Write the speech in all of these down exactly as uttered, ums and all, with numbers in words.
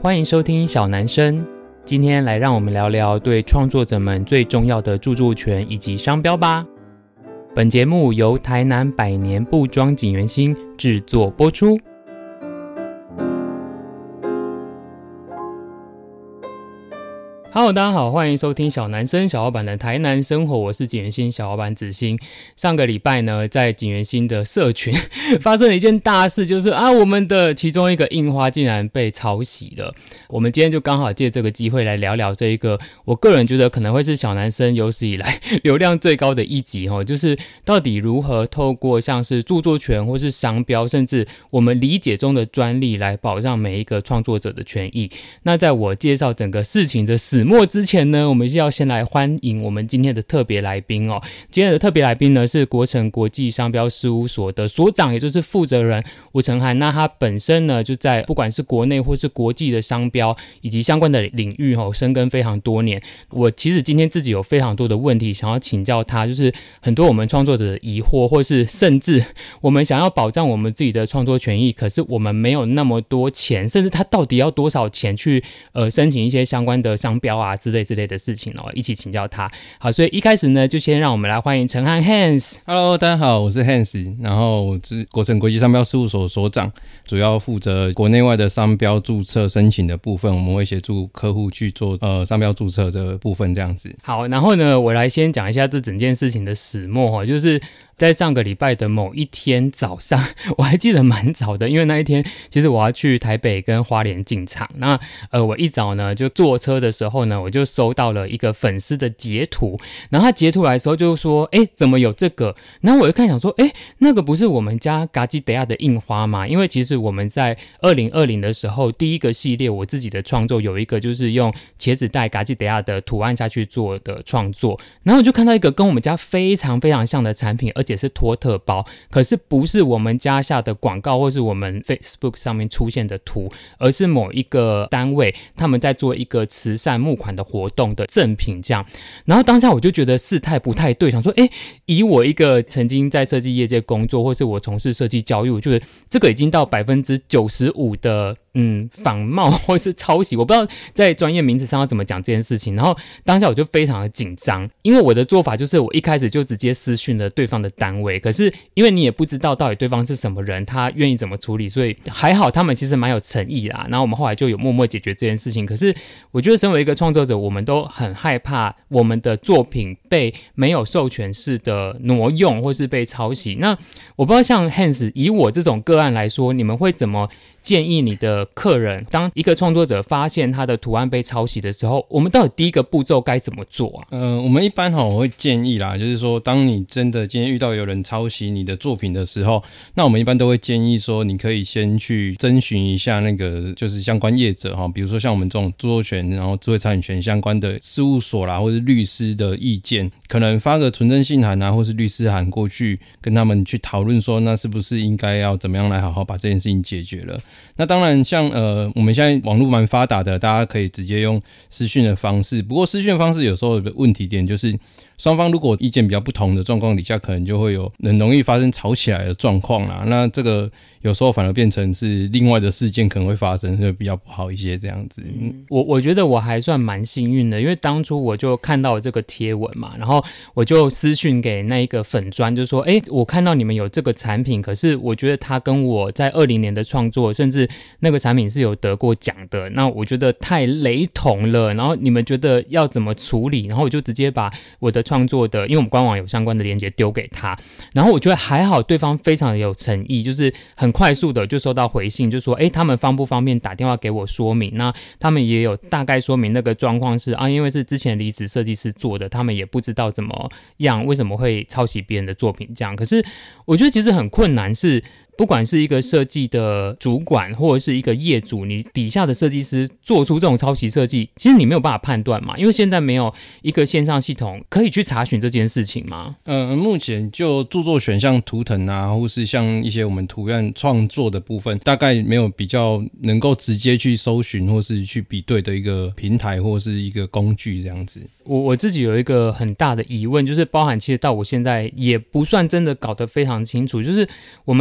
欢迎收听小男生。今天来让我们聊聊对创作者们最重要的著作权以及商标吧。本节目由台南百年布庄景元兴制作播出。Hello， 大家好，欢迎收听小男生小老板的台南生活，我是景元兴小老板子兴。上个礼拜呢，在景元兴的社群发生了一件大事，就是啊，我们的其中一个印花竟然被抄袭了。我们今天就刚好借这个机会来聊聊这一个，我个人觉得可能会是小男生有史以来流量最高的一集齁，就是到底如何透过像是著作权或是商标，甚至我们理解中的专利来保障每一个创作者的权益。那在我介绍整个事情的始末之前呢，我们是要先来欢迎我们今天的特别来宾哦。今天的特别来宾呢是国成国际商标事务所的所长，也就是负责人吴承涵。那他本身呢就在不管是国内或是国际的商标以及相关的领域哦，深耕非常多年。我其实今天自己有非常多的问题想要请教他，就是很多我们创作者的疑惑，或是甚至我们想要保障我们自己的创作权益，可是我们没有那么多钱，甚至他到底要多少钱去呃申请一些相关的商标啊之类之类的事情哦，一起请教他。好，所以一开始呢，就先让我们来欢迎承涵 Hans。Hello， 大家好，我是 Hans， 然后我是国成国际商标事务所所长，主要负责国内外的商标注册申请的部分，我们会协助客户去做呃商标注册的部分这样子。 好，然后呢，我来先讲一下这整件事情的始末哦，就是在上个礼拜的某一天早上，我还记得蛮早的，因为那一天其实我要去台北跟花莲进场。那呃，我一早呢就坐车的时候呢，我就收到了一个粉丝的截图，然后他截图来的时候就说，哎，怎么有这个？然后我就看想说，哎，那个不是我们家嘎吉德亚的印花吗？因为其实我们在二零二零的时候，第一个系列我自己的创作有一个就是用茄子带嘎吉德亚的图案下去做的创作，然后我就看到一个跟我们家非常非常像的产品，而且是托特包，可是不是我们家下的广告或是我们 Facebook 上面出现的图，而是某一个单位他们在做一个慈善募款的活动的赠品这样。然后当下我就觉得事态不太对，想说诶，以我一个曾经在设计业界工作，或是我从事设计教育，我觉得这个已经到 百分之九十五 的嗯仿冒或是抄袭，我不知道在专业名词上要怎么讲这件事情。然后当下我就非常的紧张，因为我的做法就是我一开始就直接私讯了对方的单位，可是因为你也不知道到底对方是什么人，他愿意怎么处理，所以还好他们其实蛮有诚意啦。然后我们后来就有默默解决这件事情。可是我觉得身为一个创作者，我们都很害怕我们的作品被没有授权式的挪用或是被抄袭。那我不知道像 Hans 以我这种个案来说，你们会怎么建议你的客人，当一个创作者发现他的图案被抄袭的时候，我们到底第一个步骤该怎么做啊？ 呃，我们一般我会建议啦，就是说当你真的今天遇到有人抄袭你的作品的时候，那我们一般都会建议说，你可以先去征询一下那个就是相关业者哈，比如说像我们这种著作权然后智慧财产权相关的事务所啦，或是律师的意见，可能发个存证信函啊，或是律师函过去跟他们去讨论说，那是不是应该要怎么样来好好把这件事情解决了。那当然像呃我们现在网络蛮发达的，大家可以直接用私讯的方式，不过私讯的方式有时候的问题点就是双方如果意见比较不同的状况底下，可能就会有很容易发生吵起来的状况啦。那这个有时候反而变成是另外的事件可能会发生，就比较不好一些这样子。 嗯、我我觉得我还算蛮幸运的，因为当初我就看到这个贴文嘛，然后我就私讯给那一个粉专，就说，哎，我看到你们有这个产品，可是我觉得它跟我在二零年的创作，甚至那个产品是有得过奖的，那我觉得太雷同了，然后你们觉得要怎么处理？然后我就直接把我的创作的，因为我们官网有相关的连结丢给他，然后我觉得还好对方非常有诚意，就是很快速的就收到回信，就说诶他们方不方便打电话给我说明，那他们也有大概说明那个状况是啊，因为是之前离职设计师做的，他们也不知道怎么样为什么会抄袭别人的作品这样。可是我觉得其实很困难是不管是一个设计的主管或者是一个业主，你底下的设计师做出这种抄袭设计，其实你没有办法判断嘛，因为现在没有一个线上系统可以去查询这件事情吗？ 呃，目前就著作权像图腾啊，或是像一些我们图案创作的部分，大概没有比较能够直接去搜寻或是去比对的一个平台或是一个工具这样子。 我我自己有一个很大的疑问，就是包含其实到我现在也不算真的搞得非常清楚，就是我们常常听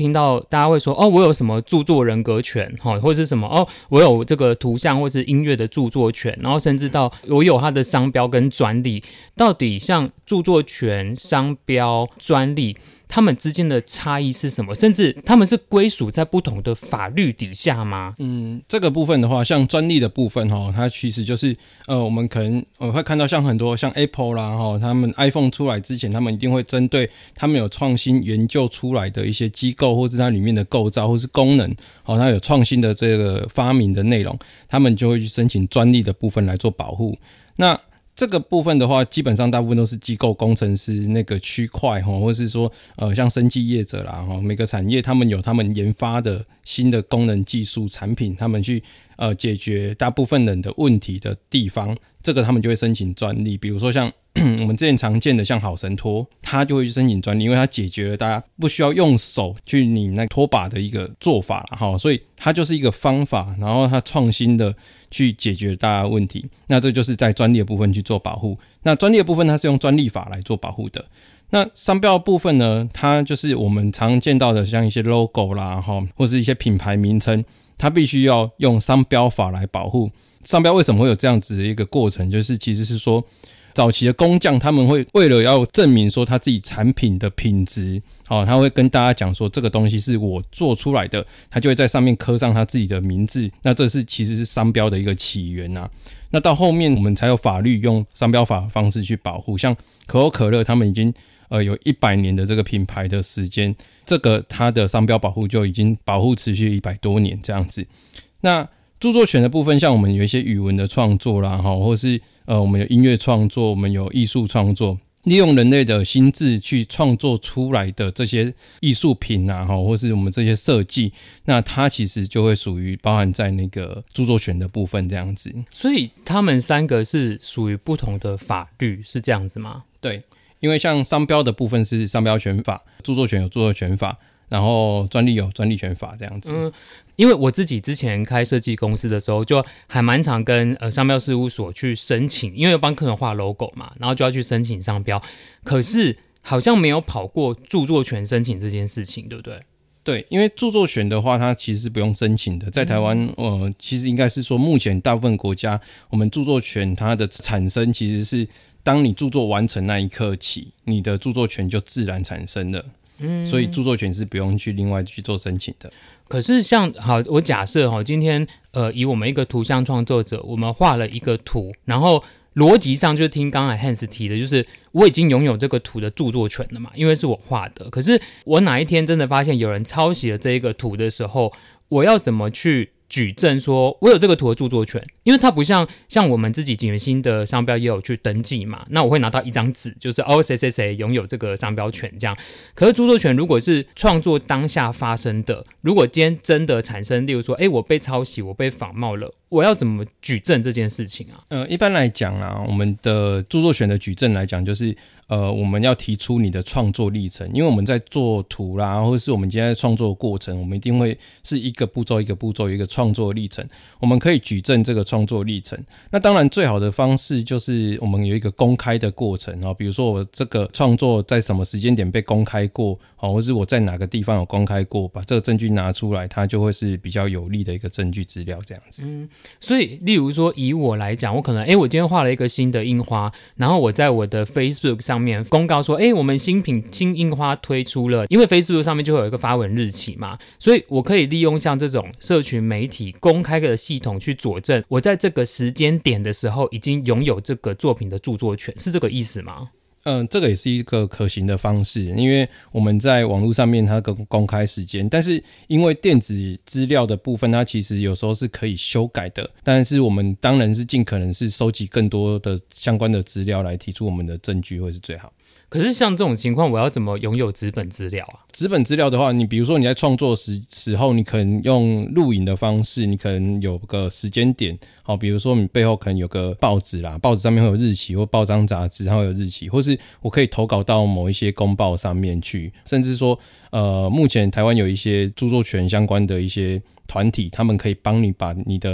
听到大家会说哦，我有什么著作人格权，或是什么哦，我有这个图像或是音乐的著作权，然后甚至到我有它的商标跟专利。到底像著作权、商标、专利，他们之间的差异是什么？甚至他们是归属在不同的法律底下吗？ 嗯，这个部分的话，像专利的部分哈，它其实就是呃，我们可能我会看到像很多像 Apple 啦哈，他们 iPhone 出来之前，他们一定会针对他们有创新研究出来的一些机构，或是它里面的构造或是功能，好，它有创新的这个发明的内容，他们就会去申请专利的部分来做保护。那这个部分的话，基本上大部分都是机构工程师那个区块，或是说呃像生技业者啦，每个产业他们有他们研发的新的功能技术产品，他们去呃解决大部分人的问题的地方，这个他们就会申请专利。比如说像我们之前常见的像好神拖，他就会去申请专利，因为他解决了大家不需要用手去拧那拖把的一个做法啦，所以它就是一个方法，然后它创新的去解决大家的问题，那这就是在专利的部分去做保护。那专利的部分它是用专利法来做保护的。那商标的部分呢，它就是我们常见到的像一些 logo 啦，或是一些品牌名称，它必须要用商标法来保护。商标为什么会有这样子的一个过程，就是其实是说早期的工匠他们会为了要证明说他自己产品的品质，哦，他会跟大家讲说这个东西是我做出来的，他就会在上面刻上他自己的名字，那这是其实是商标的一个起源啊。那到后面我们才有法律用商标法的方式去保护，像可口可乐他们已经呃有一百年的这个品牌的时间，这个它的商标保护就已经保护持续一百多年这样子。那著作权的部分，像我们有一些语文的创作啦，或是呃我们有音乐创作，我们有艺术创作，利用人类的心智去创作出来的这些艺术品啊，或是我们这些设计，那它其实就会属于包含在那个著作权的部分这样子。 所以他们三个是属于不同的法律，是这样子吗？ 对，因为像商标的部分是商标权法，著作权有著作权法，然后专利有专利权法这样子。 嗯，因为我自己之前开设计公司的时候，就还蛮常跟呃商标事务所去申请，因为要帮客人画 logo 嘛，然后就要去申请商标，可是好像没有跑过著作权申请这件事情，对不对？ 对，因为著作权的话，它其实是不用申请的。在台湾，呃，其实应该是说，目前大部分国家，我们著作权它的产生其实是当你著作完成那一刻起，你的著作权就自然产生了。嗯，所以著作权是不用去另外去做申请的。 可是像好，我假设哈，今天呃，以我们一个图像创作者，我们画了一个图，然后逻辑上就听刚才 Hans 提的，就是我已经拥有这个图的著作权了嘛，因为是我画的。可是我哪一天真的发现有人抄袭了这一个图的时候，我要怎么去举证说我有这个图的著作权？因为它不像像我们自己景元新的商标也有去登记嘛，那我会拿到一张纸，就是哦谁谁谁拥有这个商标权这样。可是著作权如果是创作当下发生的，如果今天真的产生，例如说，哎，我被抄袭，我被仿冒了，我要怎么举证这件事情啊？ 呃，一般来讲啊，我们的著作权的举证来讲，就是呃，我们要提出你的创作历程，因为我们在做图啦，或者是我们今天在创作的过程，我们一定会是一个步骤一个步骤一个创作历程，我们可以举证这个创作历程。那当然最好的方式就是我们有一个公开的过程，比如说我这个创作在什么时间点被公开过，或是我在哪个地方有公开过，把这个证据拿出来，它就会是比较有利的一个证据资料这样子。 嗯，所以例如说以我来讲，我可能诶我今天画了一个新的印花，然后我在我的 Facebook 上面公告说，诶我们新品新印花推出了，因为 Facebook 上面就会有一个发文日期嘛，所以我可以利用像这种社群媒体公开的系统去佐证我在这个时间点的时候已经拥有这个作品的著作权，是这个意思吗？ 嗯，这个也是一个可行的方式，因为我们在网络上面它公开时间，但是因为电子资料的部分它其实有时候是可以修改的，但是我们当然是尽可能是收集更多的相关的资料来提出我们的证据会是最好。 可是像这种情况，我要怎么拥有纸本资料啊？ 纸本资料的话，你比如说你在创作时时候，你可能用录影的方式，你可能有个时间点，好，比如说你背后可能有个报纸啦，报纸上面会有日期，或报章杂志它会有日期，或是我可以投稿到某一些公报上面去，甚至说，呃，目前台湾有一些著作权相关的一些团体，他们可以帮你把你的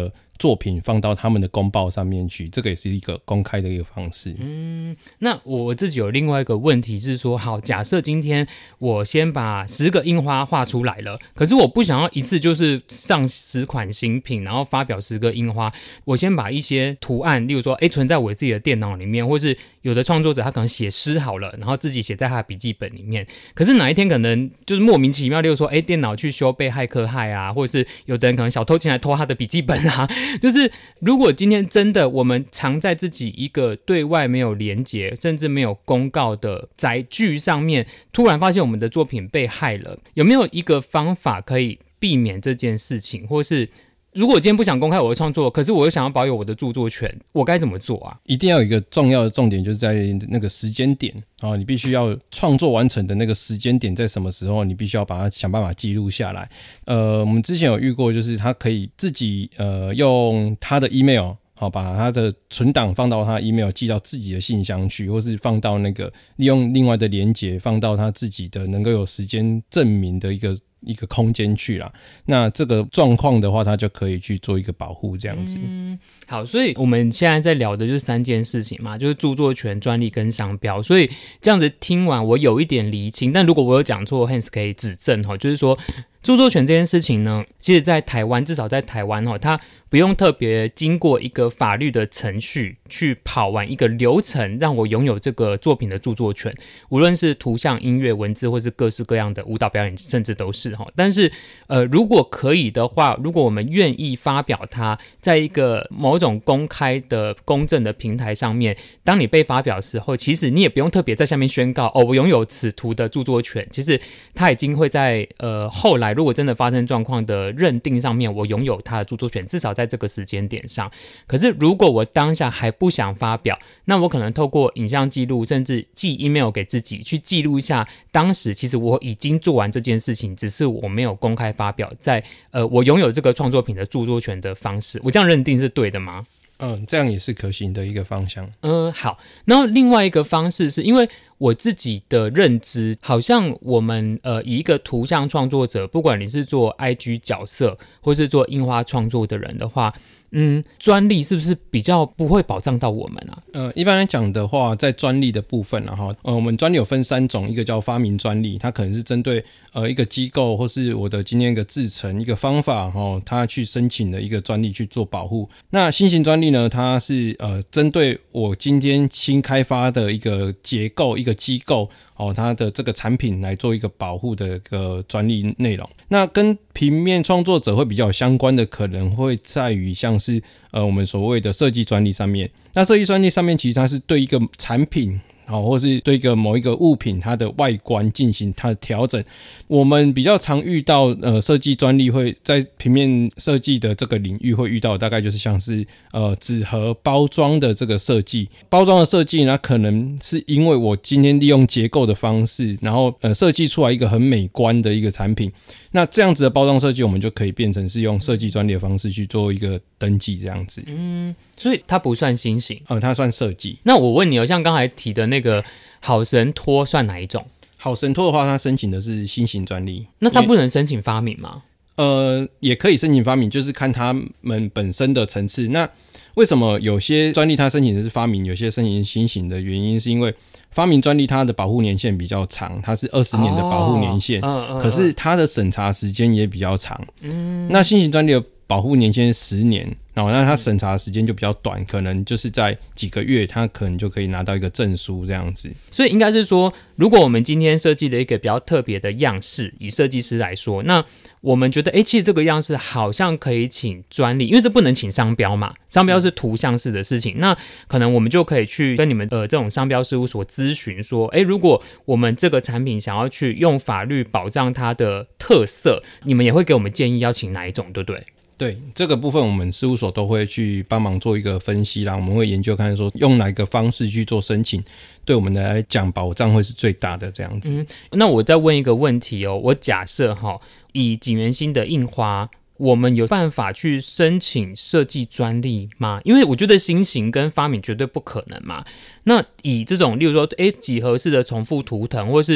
作品放到他们的公报上面去，这个也是一个公开的一个方式。 嗯，那我自己有另外一个问题是说，好，假设今天我先把十个印花画出来了，可是我不想要一次就是上十款新品，然后发表十个印花，我先把一些图案，例如说，哎，存在我自己的电脑里面，或是有的创作者他可能写诗好了，然后自己写在他的笔记本里面，可是哪一天可能就是莫名其妙，例如说，哎，电脑去修被骇客害啊，或者是有的人可能小偷进来偷他的笔记本啊，就是如果今天真的我们藏在自己一个对外没有连结，甚至没有公告的载具上面，突然发现我们的作品被害了，有没有一个方法可以避免这件事情，或是如果我今天不想公开我的创作，可是我又想要保有我的著作权，我该怎么做啊？ 一定要有一个重要的重点，就是在那个时间点、哦、你必须要创作完成的那个时间点在什么时候，你必须要把它想办法记录下来。呃，我们之前有遇过，就是他可以自己呃用他的 email。好，把他的存档放到他的 email 寄到自己的信箱去，或是放到那个利用另外的连结放到他自己的能够有时间证明的一个一个空间去啦。那这个状况的话，他就可以去做一个保护这样子。 嗯，好，所以我们现在在聊的就是三件事情嘛，就是著作权、专利跟商标。所以这样子听完，我有一点厘清，但如果我有讲错 ，Hans 可以指正哈，就是说。著作权这件事情呢，其实在台湾，至少在台湾齁，它不用特别经过一个法律的程序去跑完一个流程，让我拥有这个作品的著作权，无论是图像、音乐、文字，或是各式各样的舞蹈表演，甚至都是齁。但是，呃，如果可以的话，如果我们愿意发表它，在一个某种公开的、公正的平台上面，当你被发表的时候，其实你也不用特别在下面宣告哦，我拥有此图的著作权。其实它已经会在呃后来。如果真的发生状况的认定上面，我拥有它的著作权，至少在这个时间点上。可是如果我当下还不想发表，那我可能透过影像记录，甚至寄 email 给自己，去记录一下当时其实我已经做完这件事情，只是我没有公开发表在呃我拥有这个创作品的著作权的方式。我这样认定是对的吗？ 嗯，这样也是可行的一个方向。 嗯，好。然后另外一个方式是因为我自己的认知，好像我们呃以一个图像创作者，不管你是做 I G 角色，或是做印花创作的人的话，嗯，专利是不是比较不会保障到我们啊？ 呃，一般来讲的话，在专利的部分啊，哈，呃，我们专利有分三种，一个叫发明专利，它可能是针对呃一个机构或是我的今天一个制程、一个方法，哈，它去申请的一个专利去做保护。那新型专利呢，它是呃针对我今天新开发的一个结构、一个机构。哦，它的这个产品来做一个保护的一个专利内容。那跟平面创作者会比较相关的，可能会在于像是呃我们所谓的设计专利上面。那设计专利上面，其实它是对一个产品。好，或是对一个某一个物品它的外观进行它的调整。我们比较常遇到呃设计专利会在平面设计的这个领域会遇到，大概就是像是呃纸盒包装的这个设计，包装的设计呢，可能是因为我今天利用结构的方式，然后呃设计出来一个很美观的一个产品。那这样子的包装设计，我们就可以变成是用设计专利的方式去做一个登记，这样子。 嗯，所以它不算新型， 呃，它算设计。 那我问你哦，像刚才提的那个好神托算哪一种？ 好神托的话，它申请的是新型专利。 那它不能申请发明吗？ 呃，也可以申请发明，就是看他们本身的层次。那为什么有些专利它申请的是发明，有些申请新型的原因，是因为发明专利它的保护年限比较长，它是二十年的保护年限，哦嗯嗯嗯、可是它的审查时间也比较长。嗯，那新型专利的保护年限十年，然后那它审查的时间就比较短，可能就是在几个月，它可能就可以拿到一个证书这样子。 所以应该是说，如果我们今天设计了一个比较特别的样式，以设计师来说，那我们觉得，哎，其实这个样式好像可以请专利，因为这不能请商标嘛，商标是图像式的事情。那可能我们就可以去跟你们呃这种商标事务所咨询说，哎，如果我们这个产品想要去用法律保障它的特色，你们也会给我们建议要请哪一种，对不对？ 对，这个部分我们事务所都会去帮忙做一个分析啦，我们会研究看说用哪个方式去做申请，对我们来讲保障会是最大的这样子。 嗯，那我再问一个问题哦，我假设哈，以锦源兴的印花，我们有办法去申请设计专利吗？因为我觉得新型跟发明绝对不可能嘛。那以这种例如说，诶，几何式的重复图腾，或是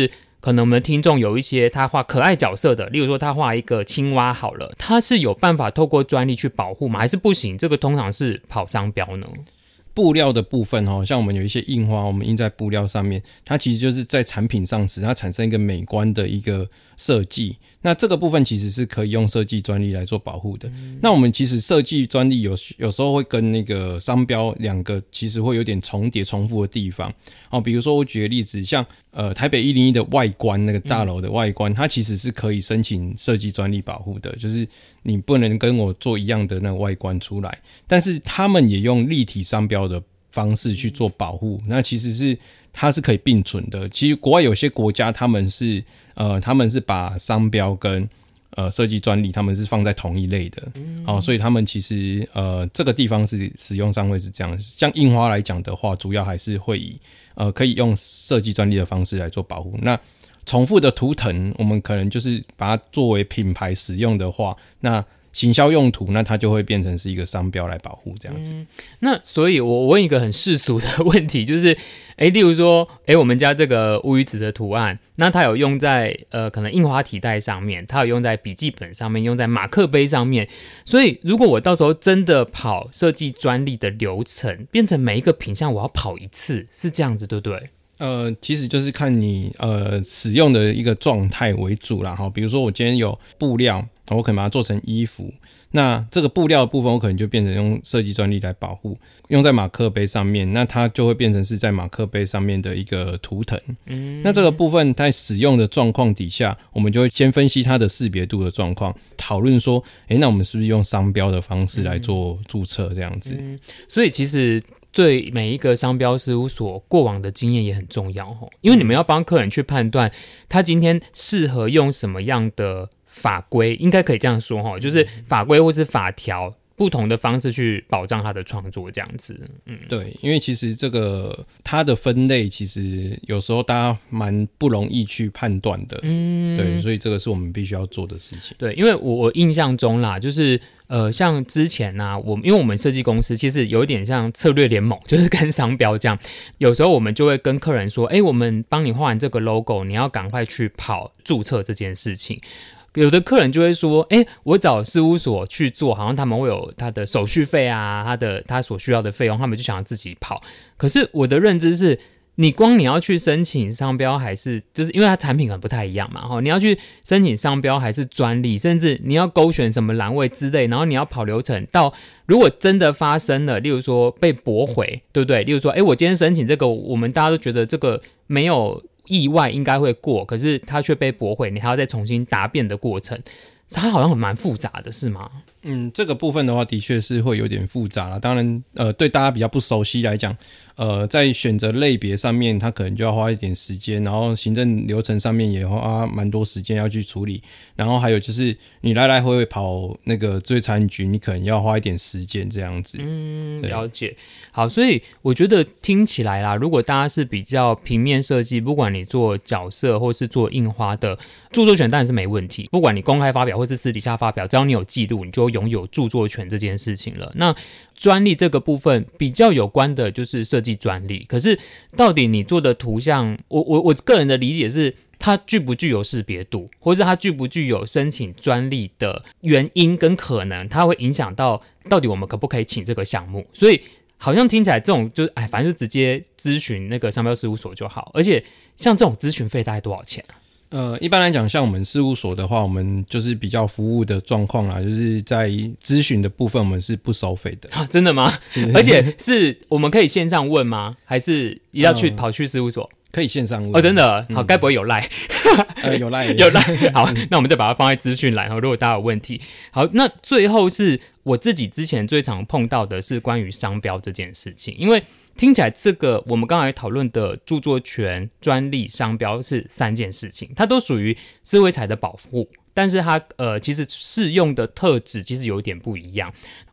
可能我们的听众有一些他画可爱角色的，例如说他画一个青蛙好了，他是有办法透过专利去保护吗？还是不行？这个通常是跑商标呢？ 布料的部分像我们有一些印花，我们印在布料上面，它其实就是在产品上使它产生一个美观的一个设计，那这个部分其实是可以用设计专利来做保护的、嗯、那我们其实设计专利有有时候会跟那个商标两个其实会有点重叠重复的地方、哦、比如说我举个例子，像呃台北一零一的外观，那个大楼的外观、嗯、它其实是可以申请设计专利保护的，就是你不能跟我做一样的那个外观出来，但是他们也用立体商标的方式去做保护，那其实是它是可以并存的。其实国外有些国家他们是呃他们是把商标跟呃设计专利他们是放在同一类的、嗯哦、所以他们其实呃这个地方是使用上会是这样，像印花来讲的话，主要还是会以呃可以用设计专利的方式来做保护。那重复的图腾我们可能就是把它作为品牌使用的话，那行销用途，那它就会变成是一个商标来保护这样子、嗯、 那所以我问一个很世俗的问题，就是诶例如说诶我们家这个乌鱼子的图案，那它有用在呃可能印花体带上面，它有用在笔记本上面，用在马克杯上面，所以如果我到时候真的跑设计专利的流程，变成每一个品项我要跑一次，是这样子对不对？ 呃，其实就是看你呃使用的一个状态为主啦哈。比如说我今天有布料，我可能把它做成衣服，那这个布料的部分我可能就变成用设计专利来保护，用在马克杯上面，那它就会变成是在马克杯上面的一个图腾。嗯，那这个部分在使用的状况底下，我们就会先分析它的识别度的状况，讨论说，诶，那我们是不是用商标的方式来做注册这样子、 嗯、所以其实对每一个商标事务所过往的经验也很重要，因为你们要帮客人去判断他今天适合用什么样的法规，应该可以这样说，就是法规或是法条不同的方式去保障他的创作这样子。嗯， 对，因为其实这个它的分类其实有时候大家蛮不容易去判断的。嗯，对，所以这个是我们必须要做的事情。 对，因为我我印象中啦，就是呃，像之前啊，我因为我们设计公司其实有一点像策略联盟，就是跟商标这样，有时候我们就会跟客人说，哎，我们帮你画完这个 logo， 你要赶快去跑注册这件事情。有的客人就会说，哎，我找事务所去做，好像他们会有他的手续费啊，他的他所需要的费用，他们就想要自己跑。可是我的认知是，你光你要去申请商标，还是就是因为它产品很不太一样嘛，你要去申请商标还是专利，甚至你要勾选什么栏位之类，然后你要跑流程到如果真的发生了，例如说被驳回，对不对？例如说，哎，我今天申请这个，我们大家都觉得这个没有意外应该会过，可是它却被驳回，你还要再重新答辩的过程，它好像很蛮复杂的，是吗？ 嗯，这个部分的话的确是会有点复杂啦，当然呃对大家比较不熟悉来讲，呃在选择类别上面它可能就要花一点时间，然后行政流程上面也花蛮多时间要去处理，然后还有就是你来来回回跑那个智慧财产局，你可能要花一点时间这样子。 嗯，了解。好，所以我觉得听起来啦，如果大家是比较平面设计，不管你做角色或是做印花的，著作权当然是没问题，不管你公开发表或是私底下发表，只要你有记录，你就拥有著作权这件事情了。那专利这个部分比较有关的就是设计专利，可是到底你做的图像，我我我个人的理解是，它具不具有识别度，或是它具不具有申请专利的原因跟可能，它会影响到到底我们可不可以请这个项目。所以好像听起来这种就是哎，反正就直接咨询那个商标事务所就好。而且像这种咨询费大概多少钱啊？ 呃，一般来讲，像我们事务所的话，我们就是比较服务的状况啦，就是在咨询的部分，我们是不收费的。 啊，真的吗？而且是我们可以线上问吗？还是要去、呃、跑去事务所？ 可以线上问哦，真的好，该、嗯、不会有赖？ 呃，有赖， 有赖。好，那我们再把它放在资讯栏，如果大家有问题。好，那最后是我自己之前最常碰到的是关于商标这件事情，因为听起来这个我们刚才讨论的著作权、专利、商标是三件事情，它都属于智慧财的保护，但是它呃其实适用的特质其实有一点不一样。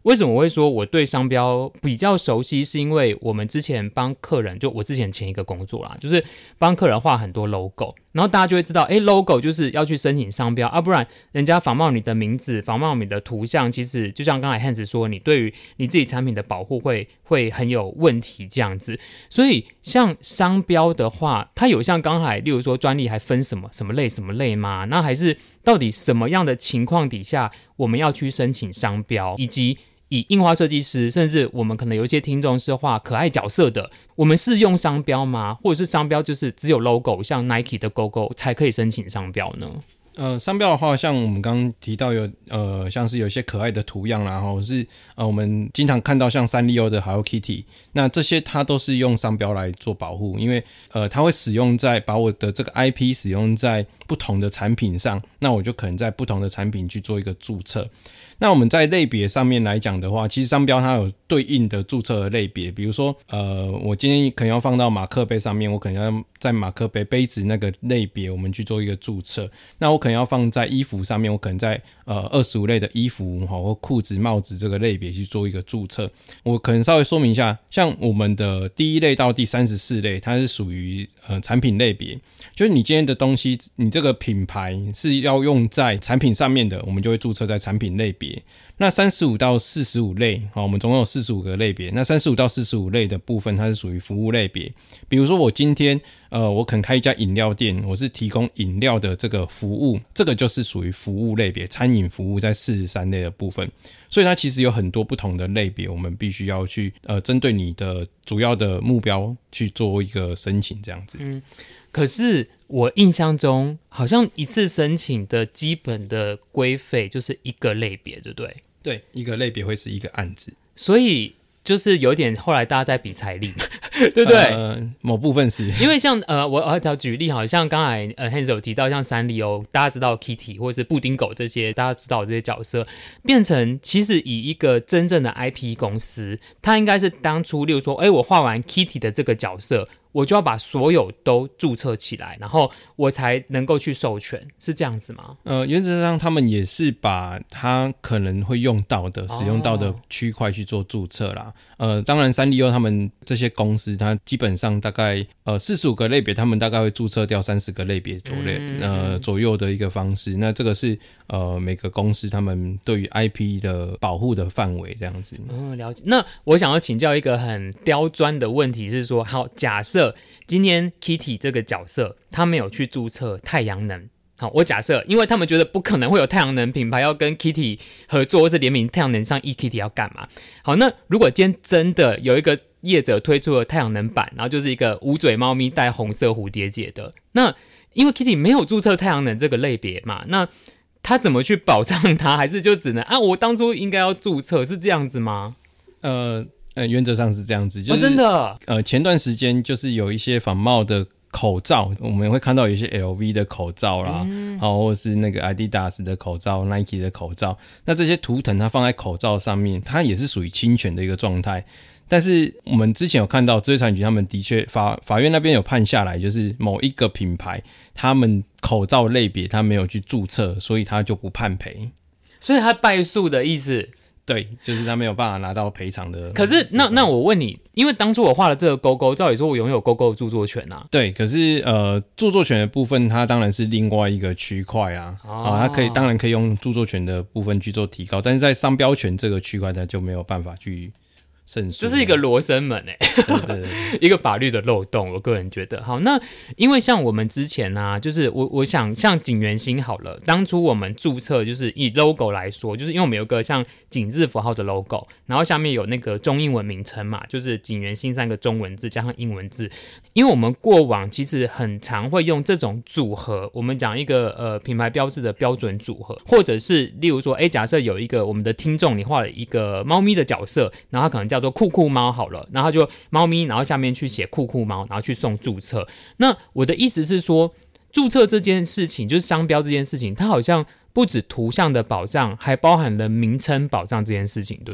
为什么我会说我对商标比较熟悉，是因为我们之前帮客人，就我之前前一个工作啦，就是帮客人画很多 logo， 然后大家就会知道，哎 ，logo 就是要去申请商标啊，不然人家仿冒你的名字，仿冒你的图像，其实就像刚才 Hans 说，你对于你自己产品的保护会会很有问题这样子。所以像商标的话，它有像刚才例如说专利还分什么什么类什么类吗？那还是到底什么样的情况底下我们要去申请商标，以及以印花设计师，甚至我们可能有一些听众是画可爱角色的，我们是用商标吗？或者是商标就是只有 logo， 像 Nike 的 logo 才可以申请商标呢？ 呃，商标的话，像我们刚刚提到有呃，像是有一些可爱的图样啦，或是呃，我们经常看到像三丽鸥的 Hello Kitty， 那这些它都是用商标来做保护，因为呃，它会使用在把我的这个 I P 使用在不同的产品上，那我就可能在不同的产品去做一个注册。那我们在类别上面来讲的话，其实商标它有对应的注册的类别，比如说呃，我今天可能要放到马克杯上面，我可能要在马克杯杯子那个类别我们去做一个注册。那我可能要放在衣服上面，我可能在呃二十五类的衣服或裤子帽子这个类别去做一个注册。我可能稍微说明一下，像我们的第一类到第三十四类，它是属于呃产品类别，就是你今天的东西，你这个品牌是要用在产品上面的，我们就会注册在产品类别。那三十五到四十五类，我们总共有四十五个类别。那三十五到四十五类的部分，它是属于服务类别。比如说我今天呃，我可能开一家饮料店，我是提供饮料的这个服务，这个就是属于服务类别，餐饮服务在四十三类的部分。所以它其实有很多不同的类别，我们必须要去呃，针对你的主要的目标去做一个申请这样子。 嗯，可是我印象中好像一次申请的基本的规费就是一个类别，对不对？ 对，一个类别会是一个案子， 所以就是有点后来大家在比财力，对不对？ 呃，某部分是因为像呃，我我要举例，好像刚才呃 Hans 有提到像三丽鸥，大家知道 Kitty 或者是布丁狗这些，大家知道这些角色，变成其实以一个真正的 I P 公司，它应该是当初例如说，哎，我画完 Kitty 的这个角色，我就要把所有都注册起来，然后我才能够去授权，是这样子吗？ 呃，原则上他们也是把他可能会用到的、使用到的区块去做注册啦。呃，当然三丽鸥他们这些公司，它基本上大概呃四十五个类别，他们大概会注册掉三十个类别左右、嗯、呃左右的一个方式。那这个是呃每个公司他们对于 I P 的保护的范围这样子。 嗯，了解。那我想要请教一个很刁钻的问题是说，好，假设今天 Kitty 这个角色他没有去注册太阳能，好，我假设因为他们觉得不可能会有太阳能品牌要跟 Kitty 合作或是联名太阳能上 eKitty 要干嘛。好，那如果今天真的有一个业者推出了太阳能版，然后就是一个无嘴猫咪带红色蝴蝶结的，那因为 Kitty 没有注册太阳能这个类别嘛，那他怎么去保障它？还是就只能啊我当初应该要注册，是这样子吗？ 呃呃，原则上是这样子，就是、 哦、真的， 呃，前段时间就是有一些仿冒的口罩，我们会看到有一些 L V 的口罩啦，嗯、或者是那个 Adidas 的口罩、Nike 的口罩，那这些图腾它放在口罩上面，它也是属于侵权的一个状态。但是我们之前有看到知识产权局他们的确法法院那边有判下来，就是某一个品牌他们口罩类别他没有去注册，所以他就不判赔。 所以他败诉的意思？ 对，就是他没有办法拿到赔偿的。 可是那那我问你，因为当初我画了这个勾勾，照理说我拥有勾勾的著作权啊。 对，可是呃，著作权的部分它当然是另外一个区块啊，哦、啊，它可以当然可以用著作权的部分去做提高，但是在商标权这个区块它就没有办法去胜诉， 这是一个罗生门哎、欸，对对对一个法律的漏洞，我个人觉得。好，那因为像我们之前啊，就是我我想像景元星好了，当初我们注册就是以 logo 来说，就是因为我们有个像景字符号的 logo， 然后下面有那个中英文名称嘛，就是景元星三个中文字加上英文字。因为我们过往其实很常会用这种组合，我们讲一个呃品牌标志的标准组合，或者是例如说，哎，假设有一个我们的听众，你画了一个猫咪的角色，然后他可能叫做酷酷猫好了，然后就猫咪，然后下面去写酷酷猫，然后去送注册。那我的意思是说，注册这件事情，就是商标这件事情，它好像不止图像的保障，还包含了名称保障这件事情，对不对？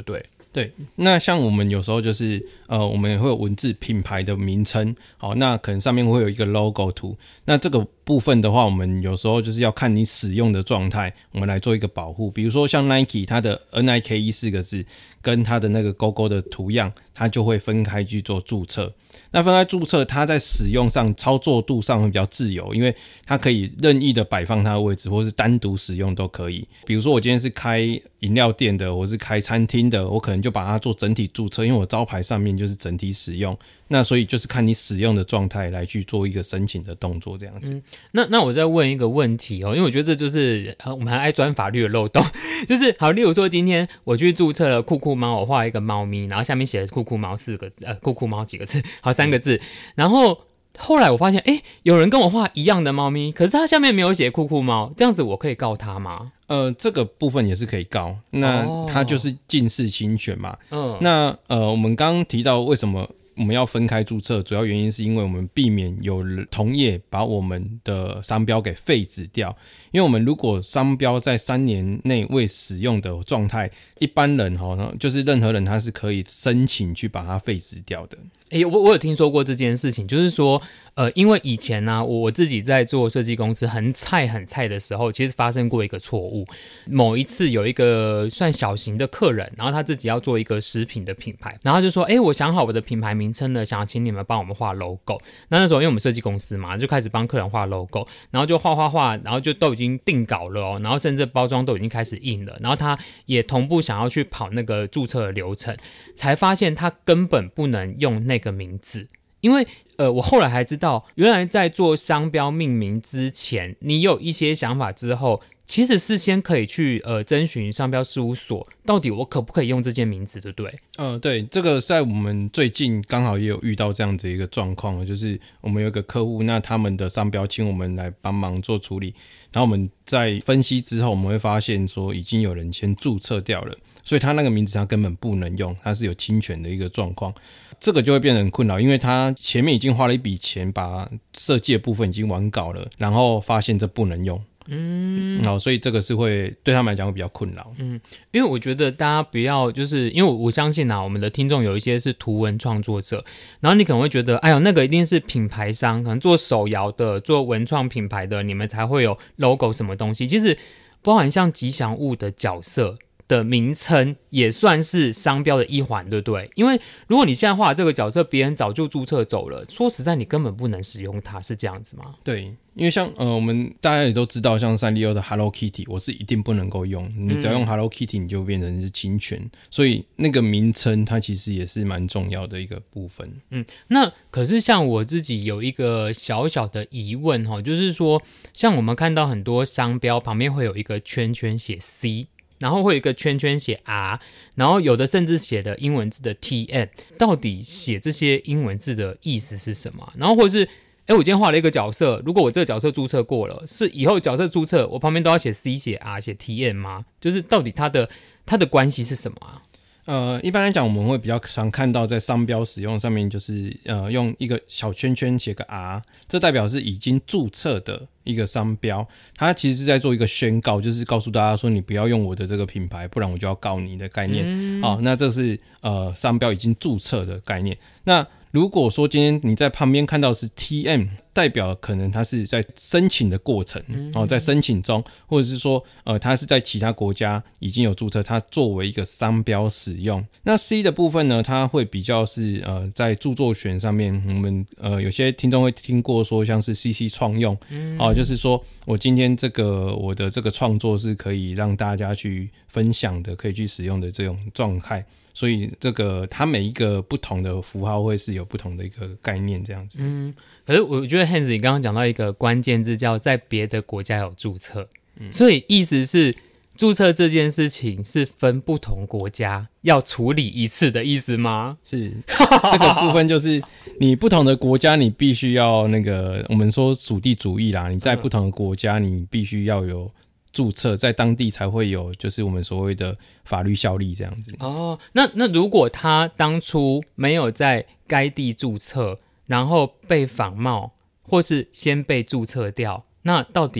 对，那像我们有时候就是呃，我们也会有文字品牌的名称，好，那可能上面会有一个 logo 图，那这个部分的话，我们有时候就是要看你使用的状态，我们来做一个保护。比如说像 Nike 它的 N I K E 四个字跟它的那个勾勾的图样，它就会分开去做注册。那分开注册，它在使用上操作度上会比较自由，因为它可以任意的摆放它的位置，或是单独使用都可以。比如说我今天是开饮料店的，我是开餐厅的，我可能就把它做整体注册，因为我招牌上面就是整体使用。那所以就是看你使用的状态来去做一个申请的动作，这样子。 嗯、那那我再问一个问题哦，因为我觉得这就是呃我们还爱钻法律的漏洞，就是好，例如说今天我去注册了酷酷猫，我画一个猫咪，然后下面写了酷酷猫四个字，呃，酷酷猫几个字，好三个字，然后后来我发现，哎，有人跟我画一样的猫咪，可是他下面没有写酷酷猫，这样子我可以告他吗？ 呃，这个部分也是可以告，那它就是近似侵权嘛。 嗯， 那呃，我们刚刚提到为什么我们要分开注册，主要原因是因为我们避免有同业把我们的商标给废止掉。因为我们如果商标在三年内未使用的状态，一般人齁，就是任何人他是可以申请去把它废止掉的。 欸、我我有听说过这件事情，就是说，呃，因为以前呢、啊，我我自己在做设计公司很菜很菜的时候，其实发生过一个错误。某一次有一个算小型的客人，然后他自己要做一个食品的品牌，然后他就说，哎、欸，我想好我的品牌名称了，想要请你们帮我们画 logo。那那时候因为我们设计公司嘛，就开始帮客人画 logo， 然后就画画画，然后就都已经定稿了哦，然后甚至包装都已经开始印了，然后他也同步想要去跑那个注册的流程，才发现他根本不能用那个名字，因为呃，我后来还知道，原来在做商标命名之前，你有一些想法之后，其实是先可以去呃征询商标事务所，到底我可不可以用这件名字，对不对？ 呃，对，这个在我们最近刚好也有遇到这样子一个状况，就是我们有一个客户，那他们的商标请我们来帮忙做处理，然后我们在分析之后，我们会发现说已经有人先注册掉了，所以他那个名字他根本不能用，他是有侵权的一个状况。这个就会变得很困扰，因为他前面已经花了一笔钱把设计的部分已经完稿了，然后发现这不能用。嗯，好，所以这个是会对他们来讲会比较困扰。 嗯，因为我觉得大家不要就是因为我相信啊，我们的听众有一些是图文创作者，然后你可能会觉得，哎呦，那个一定是品牌商，可能做手摇的、做文创品牌的，你们才会有 logo 什么东西。其实包含像吉祥物的角色的名称也算是商标的一环，对不对？因为如果你现在画的这个角色，别人早就注册走了，说实在，你根本不能使用它，是这样子吗？ 对，因为像呃，我们大家也都知道，像三丽鸥的 Hello Kitty， 我是一定不能够用。你只要用 Hello Kitty， 你就变成是侵权，嗯、所以那个名称它其实也是蛮重要的一个部分。 嗯，那可是像我自己有一个小小的疑问哈，就是说，像我们看到很多商标旁边会有一个圈圈写 C。然后会有一个圈圈写 R， 然后有的甚至写的英文字的 T M， 到底写这些英文字的意思是什么？然后或者是，哎，我今天画了一个角色，如果我这个角色注册过了，是以后角色注册我旁边都要写 C 写 R 写 T M 吗？就是到底它的它的关系是什么啊？ 呃，一般来讲，我们会比较常看到在商标使用上面，就是呃用一个小圈圈写个 R， 这代表是已经注册的一个商标，它其实是在做一个宣告，就是告诉大家说你不要用我的这个品牌，不然我就要告你的概念。嗯哦、那这是呃商标已经注册的概念。那如果说今天你在旁边看到是 T M， 代表可能它是在申请的过程，哦，在申请中，或者是说呃它是在其他国家已经有注册，它作为一个商标使用。那 C 的部分呢，它会比较是呃在著作权上面，我们呃有些听众会听过说像是 C C 创用，哦，就是说我今天这个我的这个创作是可以让大家去分享的，可以去使用的这种状态。所以这个它每一个不同的符号会是有不同的一个概念这样子。 嗯，可是我觉得 Hans 你刚刚讲到一个关键字叫在别的国家有注册，嗯、所以意思是注册这件事情是分不同国家要处理一次的意思吗？ 是，这个部分就是你不同的国家你必须要那个我们说属地主义啦，你在不同的国家你必须要有注册，在当地才会有就是我们所谓的法律效力这样子。 哦，那那如果他当初没有在该地注册，然后被仿冒或是先被注册掉，那到底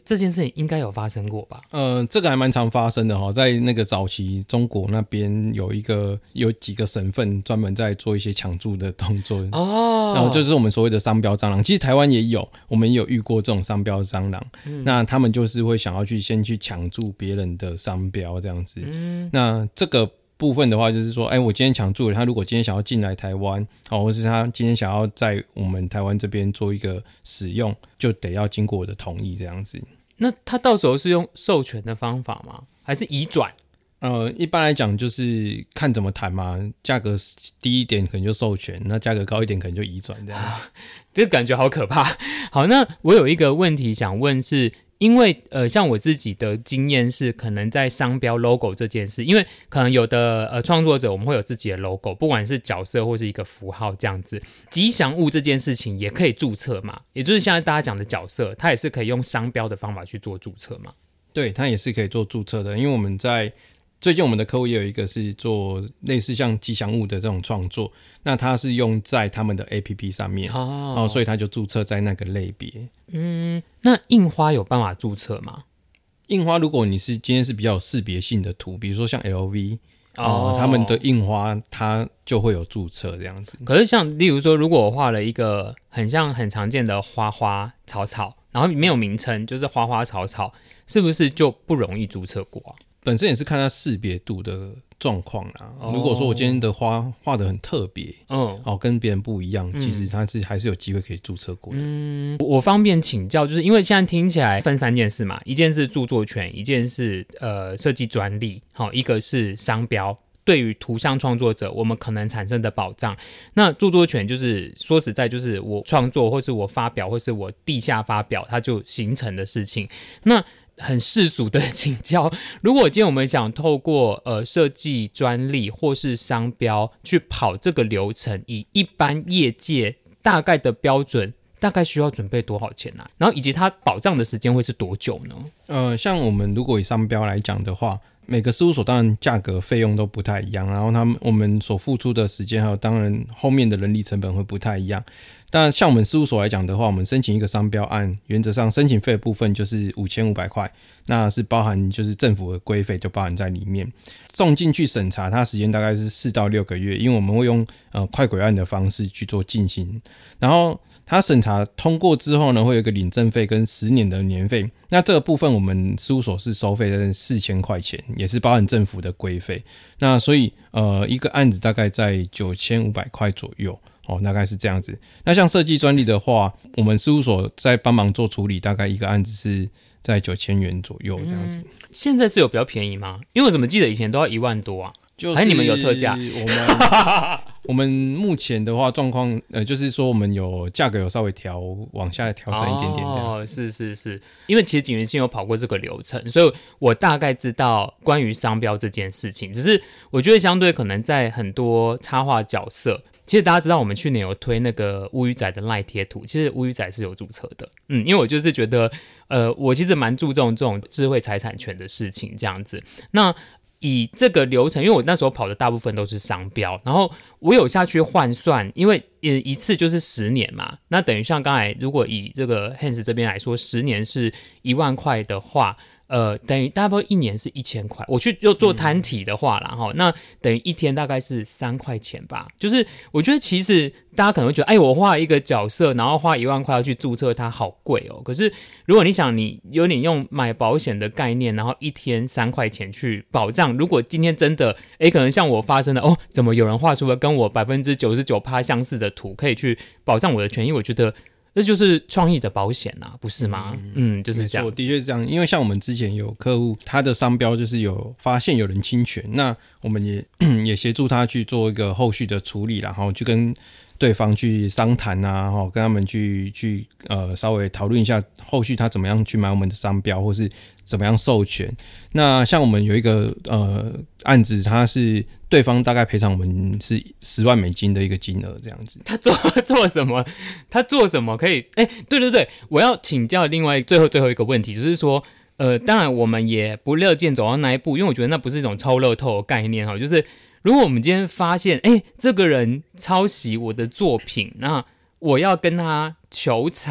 这件事情应该有发生过吧？ 呃，这个还蛮常发生的哈，在那个早期中国那边有一个有几个省份专门在做一些抢注的动作哦，然后就是我们所谓的商标蟑螂，其实台湾也有，我们也有遇过这种商标蟑螂、嗯，那他们就是会想要去先去抢注别人的商标这样子，嗯，那这个部分的话就是说，哎，我今天抢注了，他如果今天想要进来台湾，哦，或是他今天想要在我们台湾这边做一个使用，就得要经过我的同意这样子。 那他到时候是用授权的方法吗？还是移转？ 呃，一般来讲就是看怎么谈嘛，价格低一点可能就授权，那价格高一点可能就移转这样。 这个感觉好可怕。好，那我有一个问题想问是，因为呃，像我自己的经验是，可能在商标 logo 这件事，因为可能有的呃创作者我们会有自己的 logo， 不管是角色或是一个符号这样子，吉祥物这件事情也可以注册嘛，也就是现在大家讲的角色，它也是可以用商标的方法去做注册嘛。 对，它也是可以做注册的，因为我们在最近我们的客户也有一个是做类似像吉祥物的这种创作，那它是用在他们的 A P P 上面，哦，哦所以它就注册在那个类别。 嗯，那印花有办法注册吗？ 印花如果你是今天是比较有识别性的图，比如说像 L V 哦，他们的印花它就会有注册这样子。 可是像例如说，如果我画了一个很像很常见的花花草草，然后没有名称，就是花花草草，是不是就不容易注册过啊？ 本身也是看它识别度的状况啦、哦。如果说我今天的花画得很特别，嗯，哦，跟别人不一样，嗯、其实它是还是有机会可以注册过的。 嗯，我方便请教，就是因为现在听起来分三件事嘛，一件是著作权，一件是呃设计专利，好，一个是商标。对于图像创作者，我们可能产生的保障。那著作权就是说实在，就是我创作或是我发表或是我地下发表，它就形成的事情。那很世俗的请教，如果今天我们想透过呃设计专利或是商标去跑这个流程，以一般业界大概的标准，大概需要准备多少钱呢、啊？然后以及它保障的时间会是多久呢？ 呃，像我们如果以商标来讲的话，每个事务所当然价格费用都不太一样，然后他们我们所付出的时间还有当然后面的人力成本会不太一样。但像我们事务所来讲的话，我们申请一个商标案，原则上申请费的部分就是五千五百块，那是包含就是政府的规费就包含在里面。送进去审查，它时间大概是四到六个月，因为我们会用呃快轨案的方式去做进行，然后它审查通过之后呢，会有一个领证费跟十年的年费。那这个部分我们事务所是收费的四千块钱，也是包含政府的规费。那所以呃一个案子大概在九千五百块左右。哦，大概是这样子。那像设计专利的话，我们事务所在帮忙做处理，大概一个案子是在九千元左右这样子、嗯。 现在是有比较便宜吗？因为我怎么记得以前都要一万多啊？就是还是你们有特价？ 我们我们目前的话状况，呃，就是说我们有价格有稍微调往下调整一点点这样子。 哦，是是是，因为其实景元信有跑过这个流程，所以我大概知道关于商标这件事情。只是我觉得相对可能在很多插画角色。其实大家知道，我们去年有推那个乌鱼仔的赖贴图，其实乌鱼仔是有注册的，嗯，因为我就是觉得，呃，我其实蛮注重这种智慧财产权的事情，这样子。那以这个流程，因为我那时候跑的大部分都是商标，然后我有下去换算，因为一次就是十年嘛，那等于像刚才如果以这个 Hans 这边来说，十年是一万块的话。呃，等于大概一年是一千块，我去又做摊体的话啦、嗯、那等于一天大概是三块钱吧。就是我觉得其实大家可能会觉得，哎，我画一个角色，然后花一万块要去注册它，好贵哦。可是如果你想，你有点用买保险的概念，然后一天三块钱去保障，如果今天真的，哎，可能像我发生的，哦，怎么有人画出了跟我百分之九十九趴相似的图，可以去保障我的权益，我觉得。这就是创意的保险啊，不是吗？嗯，嗯就是这样。 没错，的确是这样。因为像我们之前有客户，他的商标就是有发现有人侵权，那我们也也协助他去做一个后续的处理，然后去跟对方去商谈啊，跟他们去去呃稍微讨论一下后续他怎么样去买我们的商标，或是怎么样授权。那像我们有一个呃案子，它是对方大概赔偿我们是十万美金的一个金额，这样子。 他做做什么？他做什么可以？哎，对对对，我要请教另外最后最后一个问题，就是说，呃，当然我们也不乐见走到那一步，因为我觉得那不是一种超乐透的概念哈，就是如果我们今天发现，哎，这个人抄袭我的作品，那我要跟他求偿，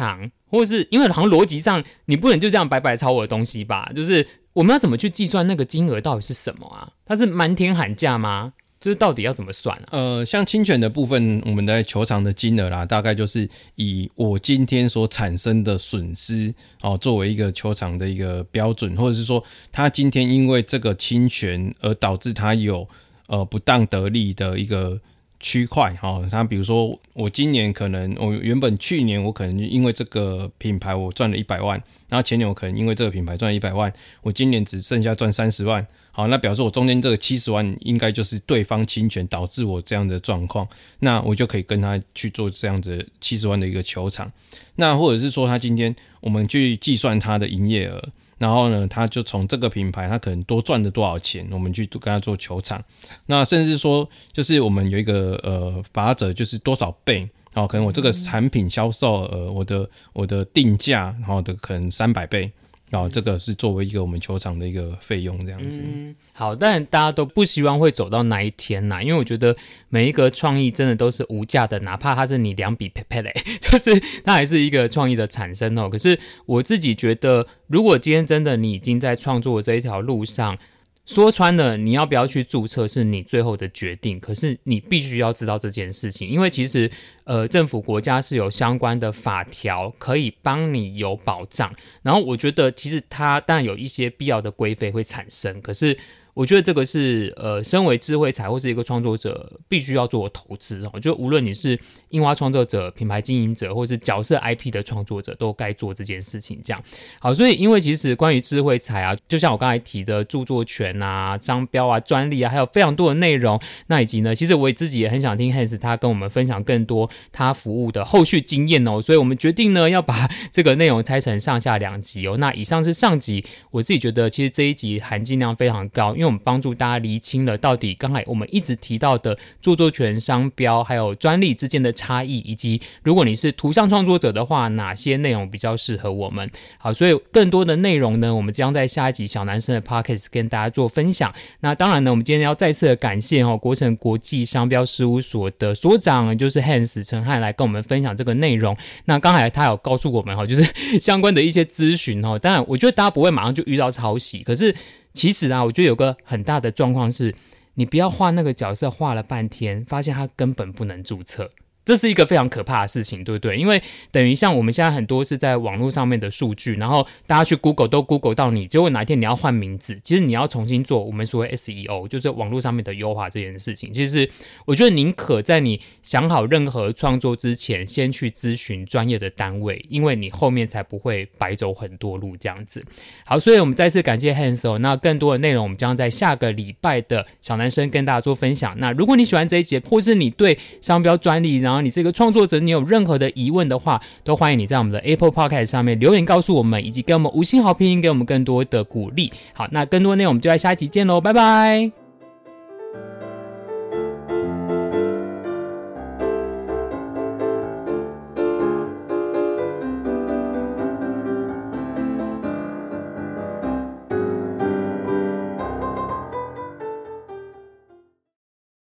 或是因为好像逻辑上你不能就这样白白抄我的东西吧？就是我们要怎么去计算那个金额到底是什么啊？它是瞒天喊价吗？就是到底要怎么算啊？ 呃，像侵权的部分，我们在球场的金额啦，大概就是以我今天所产生的损失哦，作为一个球场的一个标准，或者是说他今天因为这个侵权而导致他有呃不当得利的一个区块哈，他比如说我今年可能我原本去年我可能因为这个品牌我赚了一百万，然后前年我可能因为这个品牌赚了一百万，我今年只剩下赚三十万。好，那表示我中间这个七十万应该就是对方侵权导致我这样的状况，那我就可以跟他去做这样子七十万的一个球场。那或者是说他今天我们去计算他的营业额，然后呢他就从这个品牌他可能多赚了多少钱，我们去跟他做球场。那甚至说就是我们有一个呃法则，就是多少倍，哦，可能我这个产品销售额我的我的定价然后的可能三百倍。哦，这个是作为一个我们球场的一个费用这样子。 嗯，好，但大家都不希望会走到那一天啦，因为我觉得每一个创意真的都是无价的，哪怕它是你两笔撇撇嘞，就是它还是一个创意的产生哦。可是我自己觉得，如果今天真的你已经在创作的这一条路上，说穿了，你要不要去注册是你最后的决定，可是你必须要知道这件事情，因为其实呃，政府国家是有相关的法条可以帮你有保障，然后我觉得其实它当然有一些必要的规费会产生，可是我觉得这个是呃，身为智慧财或是一个创作者必须要做的投资哦。就无论你是樱花创作者、品牌经营者，或是角色 I P 的创作者，都该做这件事情。这样好，所以因为其实关于智慧财啊，就像我刚才提的著作权啊、商标啊、专利啊，还有非常多的内容。那以及呢，其实我自己也很想听 Hans 他跟我们分享更多他服务的后续经验哦。所以我们决定呢，要把这个内容拆成上下两集哦。那以上是上集，我自己觉得其实这一集含金量非常高，因为我们帮助大家厘清了到底刚才我们一直提到的著作权、商标还有专利之间的差异，以及如果你是图像创作者的话，哪些内容比较适合我们。好，所以更多的内容呢，我们将在下一集小男生的 Podcast 跟大家做分享。那当然呢，我们今天要再次的感谢哦，国城国际商标事务所的所长就是 Hans 陈汉来跟我们分享这个内容。那刚才他有告诉我们哦，就是相关的一些咨询哦，当然我觉得大家不会马上就遇到抄袭，可是其实啊，我觉得有个很大的状况是，你不要画那个角色画了半天，发现他根本不能注册。这是一个非常可怕的事情，对不对？因为等于像我们现在很多是在网络上面的数据，然后大家去 Google 都 Google 到你，结果哪一天你要换名字，其实你要重新做我们所谓 S E O， 就是网络上面的优化这件事情。其实我觉得宁可在你想好任何创作之前，先去咨询专业的单位，因为你后面才不会白走很多路这样子。好，所以我们再次感谢 Hans 哦。那更多的内容我们将在下个礼拜的小男生跟大家做分享。那如果你喜欢这一节，或是你对商标专利，然后你是一个创作者，你有任何的疑问的话，都欢迎你在我们的 Apple Podcast 上面留言告诉我们，以及给我们五星好评，给我们更多的鼓励。好，那更多内容我们就在下一集见咯，拜拜。